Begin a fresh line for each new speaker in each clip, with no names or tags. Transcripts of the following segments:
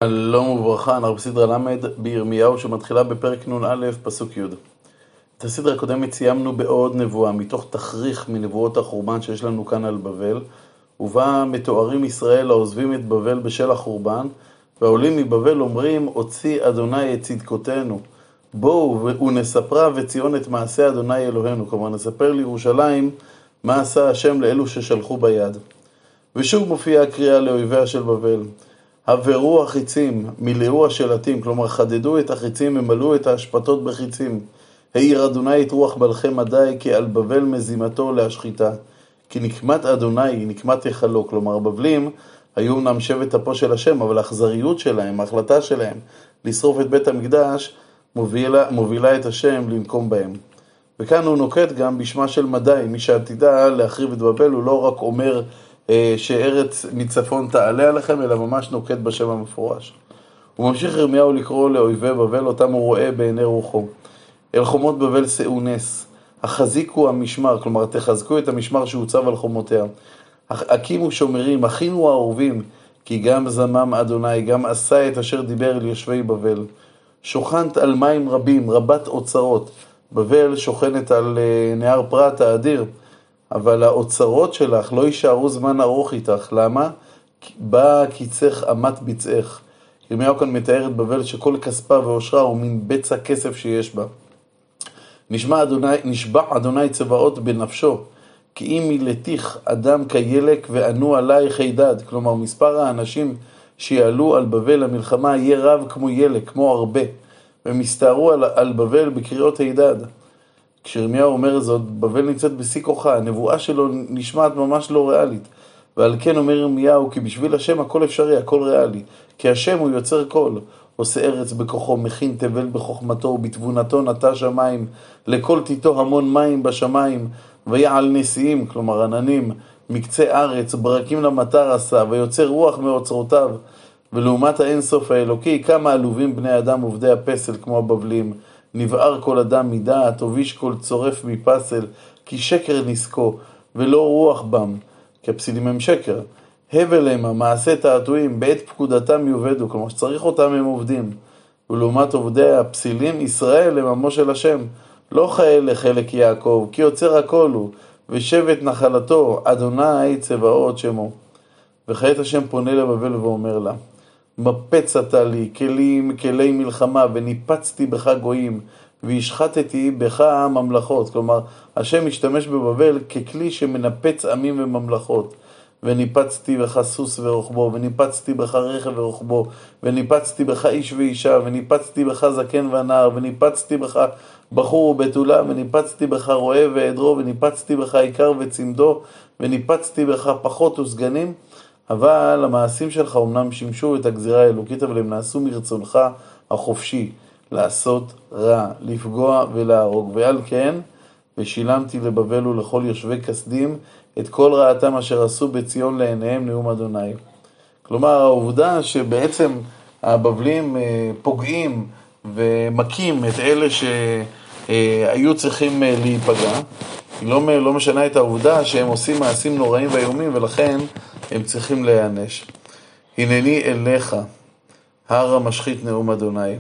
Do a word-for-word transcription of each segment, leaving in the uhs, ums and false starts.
שלום וברכה, אנחנו בסדרה למד בירמיהו שמתחילה בפרק נ"א פסוק י'. את הסדרה הקודמת סיימנו בעוד נבואה מתוך תכריך מנבואות החורבן שיש לנו כאן על בבל, ובה מתוארים ישראל העוזבים את בבל בשל החורבן, והעולים מבבל אומרים הוציא אדוני את צדקותינו, בואו ונספרה וציון את מעשה אדוני אלוהינו. כלומר נספר לירושלים מה עשה השם לאלו ששלחו ביד. ושוב מופיעה הקריאה לאויביה של בבל, הברו החיצים, מילאו השלטים, כלומר חדדו את החיצים, ממלאו את השפטות בחיצים. העיר אדוני את רוח בלכם מדי, כי על בבל מזימתו להשחיתה. כי נקמת אדוני, נקמת יחלו, כלומר הבבלים היו אמנם שבט אפו של השם, אבל האכזריות שלהם, ההחלטה שלהם לשרוף את בית המקדש, מובילה, מובילה את השם לנקום בהם. וכאן הוא נוקט גם בשמה של מדי, מי שעתידה להחריב את בבל, הוא לא רק אומר שארץ מצפון תעלה עליכם, אלא ממש נוקט בשם המפורש. הוא ממשיך ירמיהו לקרוא לאויבי בבל, אותם הוא רואה בעיני רוחו. אל חומות בבל שאו נס, החזיקו המשמר, כלומר תחזקו את המשמר שהוצב על חומותיה. הקימו שומרים, הכינו העורבים, כי גם זמם אדוני, גם עשה את אשר דיבר אל יושבי בבל. שוכנת על מים רבים, רבת אוצרות. בבל שוכנת על נהר פרת האדיר, אבל האוצרות שלך לא יישארו זמן ארוך איתך. למה? בא קיצך אמת ביצעך. ירמיהו כאן מתאר את בבל שכל כספה ואושרה הוא מין בצע כסף שיש בה. נשמע אדוני, נשבע אדוני צבאות בנפשו, כי אם מילתיך אדם כילק וענו עלייך הידד. כלומר מספר האנשים שיעלו על בבל למלחמה יהיה רב כמו ילק, כמו הרבה, ומסתערו על, על בבל בקריאות הידד. כשירמיהו אומר זאת, בבל נמצאת בשיא כוחה, הנבואה שלו נשמעת ממש לא ריאלית. ועל כן אומר ירמיהו, כי בשביל השם הכל אפשרי, הכל ריאלי. כי השם הוא יוצר כל, עושה ארץ בכוחו, מכין תבל בחוכמתו, ובתבונתו נטע שמיים, לכל תיתו המון מים בשמיים, ויעל נשיאים, כלומר עננים, מקצה ארץ, ברקים למטר עשה, ויוצר רוח מאוצרותיו. ולעומת האין סוף האלוקי, כמה עלובים בני אדם עובדי הפסל כמו הבבלים, נבער כל אדם מדעת, הוביש כל צורף מפסל, כי שקר נסקו, ולא רוח בם, כי הפסילים הם שקר. הבל הם המעשה תעתועים, בעת פקודתם יובדו, כלומר שצריך אותם הם עובדים. ולעומת עובדי הפסילים, ישראל הם עמו של השם, לא כאלה חלק יעקב, כי יוצר הכל הוא, ושבט נחלתו, אדוני צבאות שמו. וכעת השם פונה לבבל ואומר לה, מפץ אתה לי, כלים, כלי מלחמה, וניפצתי בך גויים, והשחטתי בך ממלכות. כלומר, השם משתמש בבבל ככלי שמנפץ עמים וממלכות. וניפצתי בך סוס ורוחבו, וניפצתי בך רכב ורוחבו, וניפצתי בך איש ואישה, וניפצתי בך זקן ונער, וניפצתי בך בחור ובתולה, וניפצתי בך רועה ועדרו, וניפצתי בך עיקר וצמדו, וניפצתי בך פחות וסגנים. אבל המעשים שלך אומנם שימשו את הגזירה האלוקית, אבל הם נעשו מרצונך החופשי, לעשות רע, לפגוע ולהרוג. ועל כן, ושילמתי לבבל ולכל יושבי כסדים את כל רעתם אשר עשו בציון לעיניהם נאום אדוני. כלומר, העובדה שבעצם הבבלים פוגעים ומקים את אלה שהיו צריכים להיפגע, היא לא, לא משנה את העובדה שהם עושים מעשים נוראים ואיומים, ולכן הם צריכים להיענש. הנני אליך, הר המשחית נאום אדוני.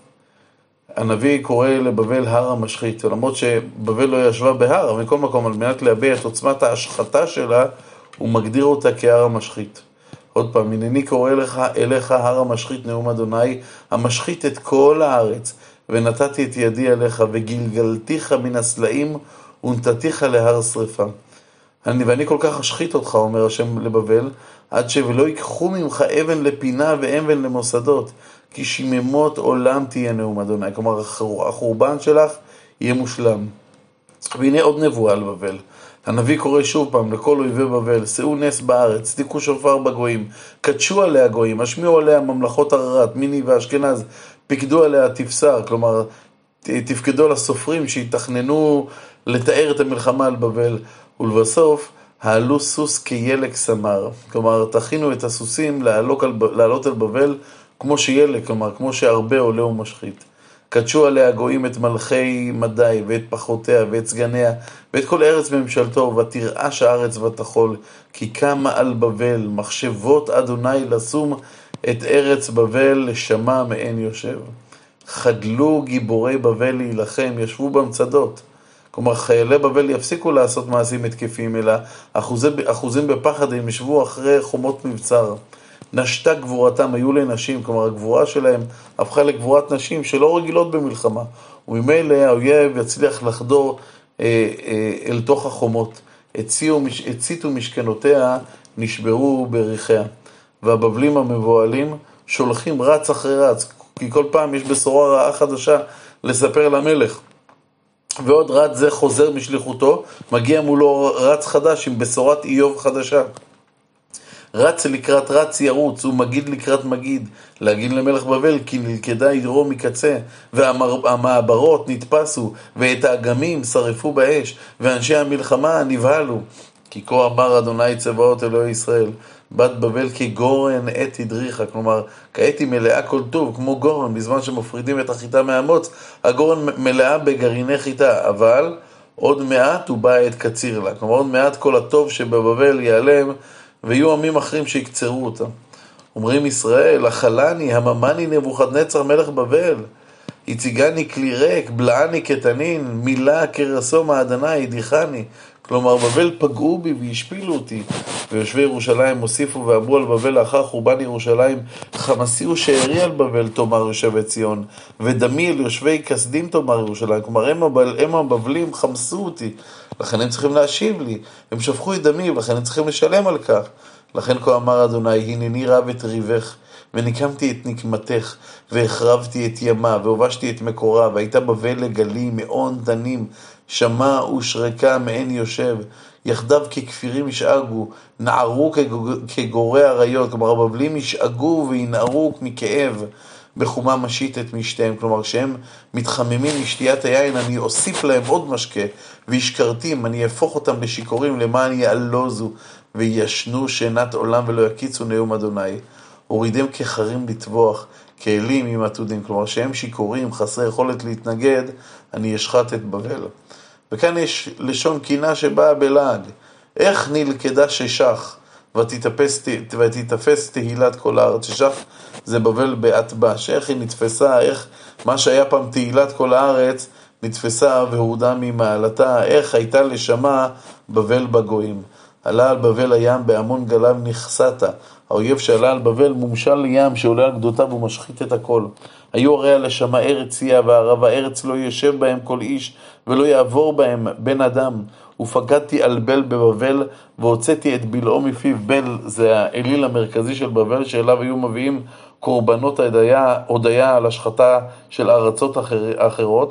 הנביא קורא לבבל הר המשחית, למרות שבבל לא ישבה בהר, אבל מכל מקום על מנת להביע את עוצמת ההשחתה שלה, הוא מגדיר אותה כהר המשחית. עוד פעם, הנני קורא לך, אליך הר המשחית נאום אדוני, המשחית את כל הארץ, ונתתי את ידי עליך, וגלגלתיך מן הסלעים, ונתתיך להר שריפה. אני, ואני כל כך אשחית אותך, אומר השם לבבל, עד שלא ייקחו ממך אבן לפינה ואבן למוסדות, כי שיממות עולם תהיה נאום אדוני. כלומר, החורבן שלך יהיה מושלם. והנה עוד נבואה על בבל. הנביא קורא שוב פעם לכל אויבי בבל, שאו נס בארץ, תיקו שופר בגויים, קדשו עליה גויים, השמיעו עליה ממלכות הררת, מיני ואשכנז, פיקדו עליה תפסר, כלומר, תפקדו לסופרים שיתכננו לתאר את המלחמה על בבל, ולבסוף, העלו סוס כילק סמר. כלומר, תכינו את הסוסים לעלות על, לעלות על בבל כמו שילק, כלומר, כמו שהרבה עולה ומשחית. קדשו עליה גויים את מלכי מדי, ואת פחותיה, ואת סגניה, ואת כל ארץ ממשלתו, ותרעש הארץ ותחול, כי קמה על בבל מחשבות אדוני לשום את ארץ בבל לשמה מעין יושב. חדלו גיבורי בבל להילחם, ישבו במצדות. כלומר, חיילי בבל יפסיקו לעשות מעשים התקפים, אלא אחוזי, אחוזים בפחד הם ישבו אחרי חומות מבצר. נשתה גבורתם, היו לנשים, כלומר הגבורה שלהם הפכה לגבורת נשים שלא רגילות במלחמה, וממילא האויב יצליח לחדור אה, אה, אל תוך החומות. הציתו, הציתו משכנותיה, נשברו בריחיה. והבבלים המבועלים שולחים רץ אחרי רץ, כי כל פעם יש בשורה רעה חדשה לספר למלך. ועוד רץ זה חוזר משליחותו, מגיע מולו רץ חדש עם בשורת איוב חדשה. רץ לקראת רץ ירוץ, ומגיד לקראת מגיד, להגיד למלך בבל, כי נלכדה ידרו מקצה, והמעברות נתפסו, ואת האגמים שרפו באש, ואנשי המלחמה נבהלו. כי כה אמר אדוני צבאות אלוהי ישראל, בת בבל כגורן עת הדריכה, כלומר, כעת היא מלאה כל טוב, כמו גורן, בזמן שמפרידים את החיטה מהמוץ, הגורן מלאה בגרעיני חיטה, אבל עוד מעט הוא בא עת קציר לה, כלומר, עוד מעט כל הטוב שבבבל ייעלם, ויהיו עמים אחרים שיקצרו אותם. אומרים ישראל, החלני, הממני נבוכדנצר מלך בבל, הציגני כלי ריק, בלעני כתנין, מילה כרסו מעדני, הדיחני. כלומר, בבל פגעו בי והשפילו אותי. ויושבי ירושלים הוסיפו ואמרו על בבל לאחר חורבן ירושלים, חמסיהו שארי על בבל, תאמר יושבי ציון, ודמי אל יושבי כסדים, תאמר ירושלים. כלומר, הם, הבל, הם הבבלים חמסו אותי, לכן הם צריכים להשיב לי. הם שפכו את דמי, לכן הם צריכים לשלם על כך. לכן כה אמר אדוני, הנני רב את ריבך, ונקמתי את נקמתך, והחרבתי את ימה, והובשתי את מקורה, והייתה בבל לגלי, מאון דנים, שמה ושרקה מעין יושב, יחדיו ככפירים ישאגו, נערו כגורי הריות, כלומר הבבלים ישאגו וינערו מכאב, בחומה משית את משתיהם, כלומר שהם מתחממים משתיית היין, אני אוסיף להם עוד משקה, וישקרתים, אני אהפוך אותם בשיכורים, למען יעלוזו, וישנו שינת עולם ולא יקיצו נאום אדוני. הורידם כחרים לטבוח, כאלים עם עתודים, כלומר שהם שיכורים, חסרי יכולת להתנגד, אני אשחט את בבל. וכאן יש לשון קינה שבאה בלעג, איך נלכדה ששח, ותתפס, ותתפס תהילת כל הארץ. ששח זה בבל באטבש, איך היא נתפסה, איך מה שהיה פעם תהילת כל הארץ נתפסה והורדה ממעלתה, איך הייתה לשמה בבל בגויים. עלה על בבל הים בהמון גליו נחסת, האויב שעלה על בבל מומשל לים שעולה על גדותיו ומשחית את הכל. היו הרי לשמה ארץ צייה וערבה, ארץ לא יושב בהם כל איש ולא יעבור בהם בן אדם. ופקדתי על בל בבבל והוצאתי את בלעו מפיו. בל זה האליל המרכזי של בבל שאליו היו מביאים קורבנות הודיה, הודיה על השחתה של ארצות אחר, אחרות.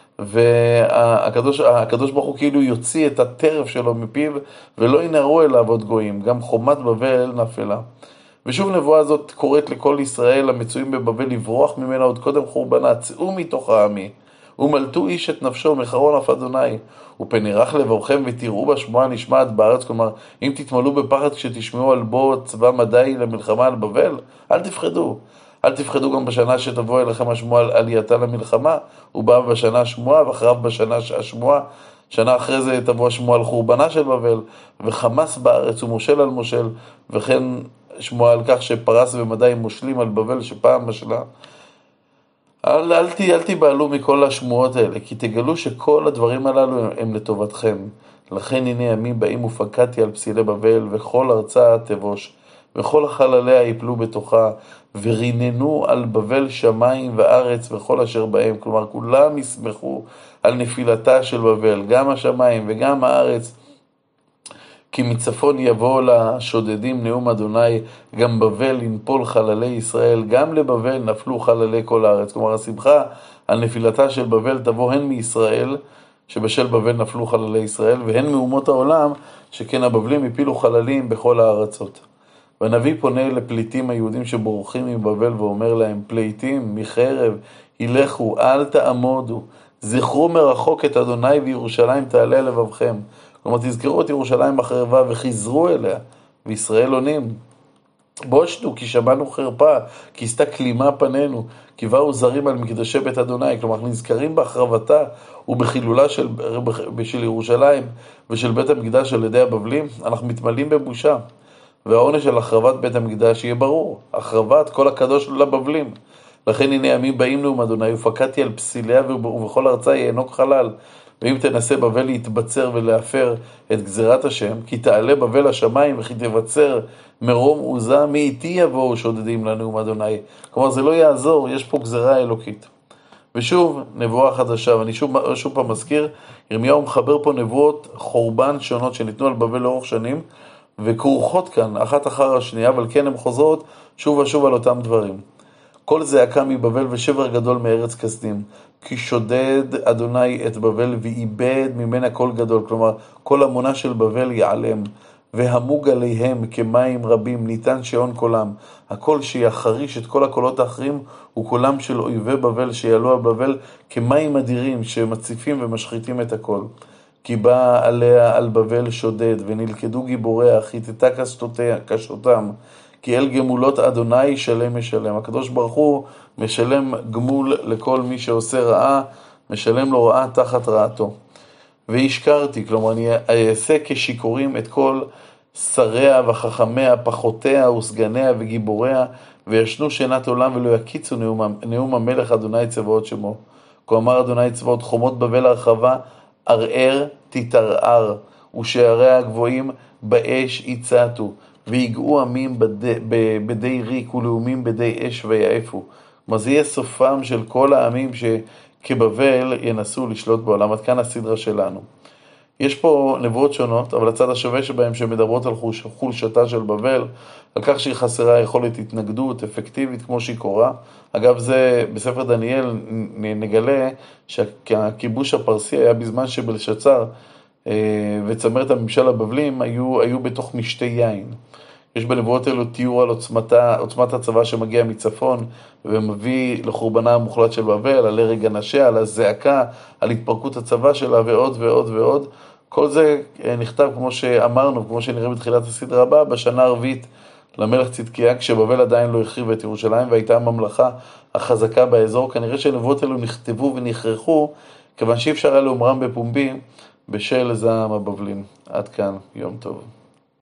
והקדוש הקדוש ברוך הוא כאילו יוציא את הטרף שלו מפיו ולא ינערו אליו עוד גויים. גם חומת בבל נפלה. ושוב נבואה הזאת קוראת לכל ישראל המצויים בבבל לברוח ממנה עוד קודם חורבנה. צאו מתוך העמי ומלטו איש את נפשו מחרון אף אדוני, ופן ירח לבבכם ותראו בשמועה נשמעת בארץ. כלומר, אם תתמלאו בפחד כשתשמעו על בוא צבא מדי למלחמה על בבל, אל תפחדו. אל תפחדו גם בשנה שתבוא אליכם השמועה על עלייתה למלחמה, ובאה בשנה השמועה, ואחריו בשנה השמועה, שנה אחרי זה תבוא השמועה על חורבנה של בבל, וחמס בארץ ומושל על מושל, וכן שמועה על כך שפרס ומדי מושלים על בבל שפעם משלה. אל, אל, אל תיבהלו מכל השמועות האלה, כי תגלו שכל הדברים הללו הם לטובתכם. לכן הנה ימים באים ופקדתי על פסילי בבל, וכל ארצה תבוש, וכל החלליה יפלו בתוכה, וריננו על בבל שמיים וארץ וכל אשר בהם. כלומר, כולם ישמחו על נפילתה של בבל, גם השמיים וגם הארץ, כי מצפון יבוא לשודדים נאום אדוני, גם בבל ינפול חללי ישראל, גם לבבל נפלו חללי כל הארץ. כלומר, השמחה על נפילתה של בבל תבוא הן מישראל, שבשל בבל נפלו חללי ישראל, והן מאומות העולם, שכן הבבלים הפילו חללים בכל הארצות. והנביא פונה לפליטים היהודים שבורחים מבבל ואומר להם, פליטים מחרב, הילכו, אל תעמודו, זכרו מרחוק את אדוני וירושלים תעלה לבבכם. כלומר, תזכרו את ירושלים בחרבה וחזרו אליה, וישראל עונים, בושנו כי שמענו חרפה, כי הסתה כלימה פנינו, כי באו זרים על מקדשי בית אדוני. כלומר, נזכרים בהחרבתה ובחילולה של, של ירושלים ושל בית המקדש על ידי הבבלים, אנחנו מתמלאים בבושה. והעונש על החרבת בית המקדש יהיה ברור, החרבת כל הקדוש לבבלים. לכן הנה ימים באים נאום אדוני, ופקדתי על פסיליה ובכל ארצה ינוק חלל. ואם תנסה בבל להתבצר ולהפר את גזירת השם, כי תעלה בבל השמיים וכי תבצר מרום עוזה, מי איתי יבואו שודדים לנאום אדוני. כלומר זה לא יעזור, יש פה גזירה אלוקית. ושוב, נבואה חדשה, ואני שוב, שוב פעם מזכיר, ירמיהו מחבר פה נבואות חורבן שונות שניתנו על בבל לאורך שנים, וכרוכות כאן, אחת אחר השנייה, אבל כן הן חוזרות שוב ושוב על אותם דברים. כל זעקה מבבל ושבר גדול מארץ כסדים, כי שודד אדוני את בבל ואיבד ממנה כל גדול, כלומר כל המונה של בבל ייעלם, והמוג עליהם כמים רבים, ניתן שעון קולם, הקול שיחריש את כל הקולות האחרים הוא קולם של אויבי בבל שיעלו על בבל כמים אדירים שמציפים ומשחיתים את הקול. כי בא עליה על בבל שודד ונלכדו גיבוריה, חיתתה קשתותם, כי אל גמולות אדוני שלם משלם. הקדוש ברוך הוא משלם גמול לכל מי שעושה רעה, משלם לו רעה תחת רעתו. והשקרתי, כלומר אני אעשה כשיקורים את כל שריה וחכמיה, פחותיה וסגניה וגיבוריה, וישנו שנת עולם ולא יקיצו נאום, נאום המלך אדוני צבאות שמו. כה אמר אדוני צבאות, חומות בבל הרחבה, ערער תתערער, ושעריה הגבוהים באש יצעתו, ויגעו עמים בדי, בדי ריק ולאומים בדי אש ויעפו. כלומר זה יהיה סופם של כל העמים שכבבל ינסו לשלוט בעולם. עד כאן הסדרה שלנו. יש פה נבואות שונות, אבל הצד השווה שבהם שמדברות על חולשתה של בבל, על כך שהיא חסרה יכולת התנגדות אפקטיבית כמו שהיא קורה. אגב, זה בספר דניאל נגלה שהכיבוש הפרסי היה בזמן שבלשצר וצמרת הממשל הבבלים היו, היו בתוך משתי יין. יש בנבואות אלו תיאור על עוצמתה, עוצמת הצבא שמגיע מצפון ומביא לחורבנה המוחלט של בבל, על הרג אנשיה, על הזעקה, על התפרקות הצבא שלה ועוד ועוד ועוד. כל זה נכתב כמו שאמרנו, כמו שנראה בתחילת הסדרה הבאה, בשנה הרביעית למלך צדקיה, כשבבל עדיין לא החריב את ירושלים והייתה הממלכה החזקה באזור. כנראה שנבואות אלו נכתבו ונכרחו, כיוון שאי אפשר היה לאומרם בפומבי בשל זעם הבבלים. עד כאן, יום טוב.